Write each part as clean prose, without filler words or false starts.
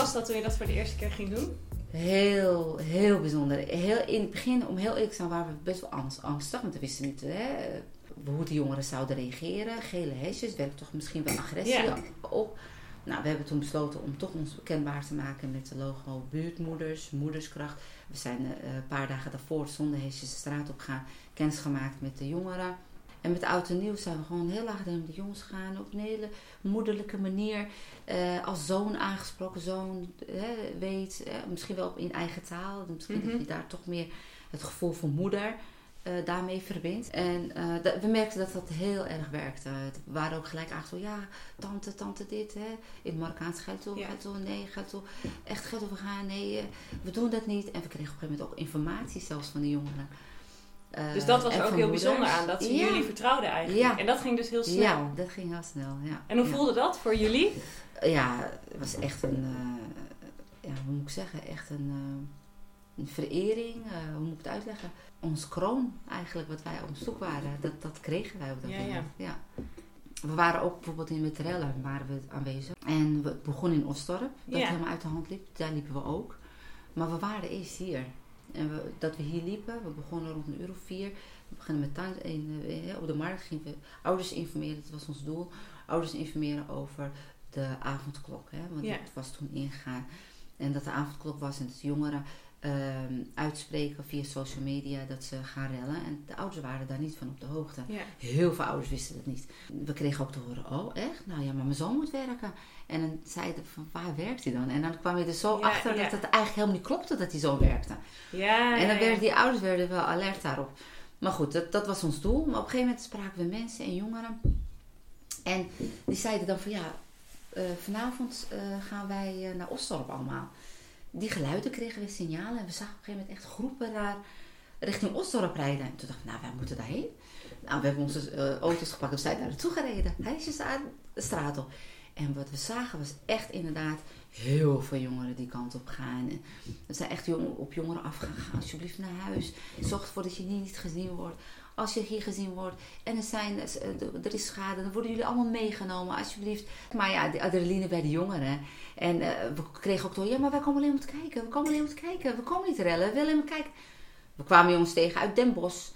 was dat toen je dat voor de eerste keer ging doen? Heel, heel bijzonder. In het begin, om heel eerlijk te zijn, waren we best wel angstig. Want we wisten niet hoe de jongeren zouden reageren. Gele hesjes, werkt toch misschien wel agressie op. Nou, we hebben toen besloten om toch ons kenbaar te maken met de logo buurtmoeders, moederskracht. We zijn een paar dagen daarvoor zonder hesjes de straat op gaan, kennis gemaakt met de jongeren. En met oud en nieuw zijn we gewoon heel laag met de jongens gaan. Op een hele moederlijke manier. Als zoon aangesproken. Zoon weet. Misschien wel in eigen taal. Misschien dat je daar toch meer het gevoel van moeder daarmee verbindt. En we merkten dat dat heel erg werkte. We waren ook gelijk aangesproken. Ja, tante dit. Hè. In het Marokkaans gaat toe. Nee, gaat toe. Echt gaat toe. We gaan. Nee, we doen dat niet. En we kregen op een gegeven moment ook informatie zelfs van de jongeren. Dus dat was ook heel bijzonder aan, dat ze jullie vertrouwden eigenlijk. Ja. En dat ging dus heel snel. Ja, dat ging heel snel, ja. En hoe voelde dat voor jullie? Ja, het was echt een, hoe moet ik zeggen, echt een verering. Hoe moet ik het uitleggen? Ons kroon eigenlijk, wat wij op zoek waren, dat kregen wij op dat moment. Ja. We waren ook bijvoorbeeld in Metrelle waren we aanwezig. En we begonnen in Osdorp, dat helemaal uit de hand liep. Daar liepen we ook. Maar we waren eerst hier. En dat we hier liepen, we begonnen rond 4:00. We begonnen met op de markt gingen we ouders informeren, dat was ons doel. Ouders informeren over de avondklok. Hè, want het was toen ingegaan. En dat de avondklok was en dat de jongeren uitspreken via social media dat ze gaan rellen. En de ouders waren daar niet van op de hoogte. Ja. Heel veel ouders wisten het niet. We kregen ook te horen, oh echt? Nou ja, maar mijn zoon moet werken. En dan zeiden van, waar werkt hij dan? En dan kwam je er zo achter dat het eigenlijk helemaal niet klopte dat hij zo werkte. En dan werden die ouders wel alert daarop. Maar goed, dat was ons doel. Maar op een gegeven moment spraken we mensen en jongeren. En die zeiden dan van vanavond gaan wij naar Osdorp allemaal. Die geluiden kregen we signalen. En we zagen op een gegeven moment echt groepen daar richting Osdorp rijden. En toen dachten we, wij moeten daarheen. Nou, we hebben onze auto's gepakt en we zijn daar naartoe gereden. Huisjes aan de straat op. En wat we zagen was echt inderdaad heel veel jongeren die kant op gaan. En we zijn echt op jongeren afgegaan. Ga alsjeblieft naar huis. Zorg ervoor dat je hier niet gezien wordt. Als je hier gezien wordt en er is schade, dan worden jullie allemaal meegenomen, alsjeblieft. Maar ja, de adrenaline bij de jongeren. En we kregen ook door, maar wij komen alleen om te kijken. We komen niet rellen, we willen alleen maar kijken. We kwamen jongens tegen uit Den Bosch.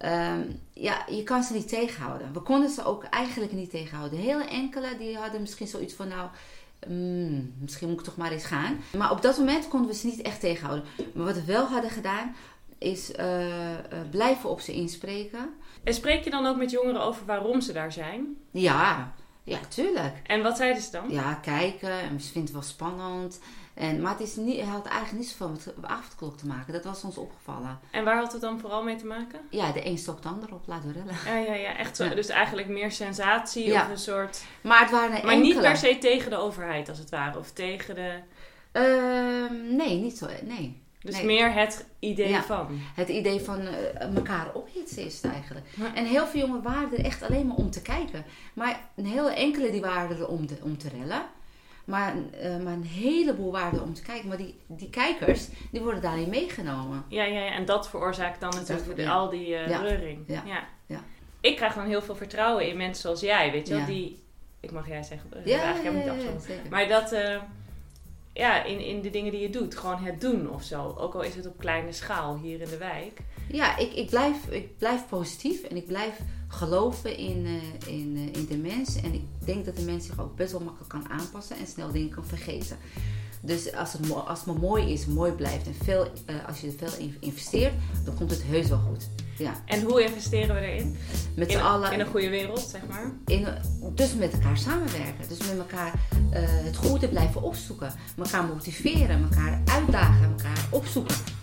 Je kan ze niet tegenhouden. We konden ze ook eigenlijk niet tegenhouden. Hele enkele, die hadden misschien zoiets van, misschien moet ik toch maar eens gaan. Maar op dat moment konden we ze niet echt tegenhouden. Maar wat we wel hadden gedaan, is blijven op ze inspreken. En spreek je dan ook met jongeren over waarom ze daar zijn? Ja, tuurlijk. En wat zeiden ze dan? Ja, kijken. En ze vinden het wel spannend. Maar het had eigenlijk niet zoveel met de avondklok te maken. Dat was ons opgevallen. En waar had het dan vooral mee te maken? Ja, de een stokt de ander op, laten we rellen. Ja, echt zo. Ja. Dus eigenlijk meer sensatie of een soort... Maar het waren Maar niet per se tegen de overheid, als het ware. Of tegen de... Nee, niet zo. Nee. Dus meer het idee van. Het idee van elkaar ophitsen is het eigenlijk. Ja. En heel veel jongeren waren er echt alleen maar om te kijken. Maar een hele enkele die waren er om te rellen. Maar een heleboel waren er om te kijken. Maar die kijkers, die worden daarin meegenomen. Ja. En dat veroorzaakt dan natuurlijk al die reuring. Ja. Ik krijg dan heel veel vertrouwen in mensen zoals jij, weet je wel. Die, ik mag jij zeggen, eigenlijk helemaal niet afstand. Maar dat... in de dingen die je doet. Gewoon het doen of zo. Ook al is het op kleine schaal hier in de wijk. Ja, ik blijf positief. En ik blijf geloven in de mens. En ik denk dat de mens zich ook best wel makkelijk kan aanpassen. En snel dingen kan vergeten. Dus als het maar mooi is, mooi blijft. En als je er veel investeert, dan komt het heus wel goed. Ja. En hoe investeren we erin? Met z'n allen. In een goede wereld, zeg maar? Dus met elkaar samenwerken. Dus met elkaar het goede blijven opzoeken. Elkaar motiveren, elkaar uitdagen, elkaar opzoeken.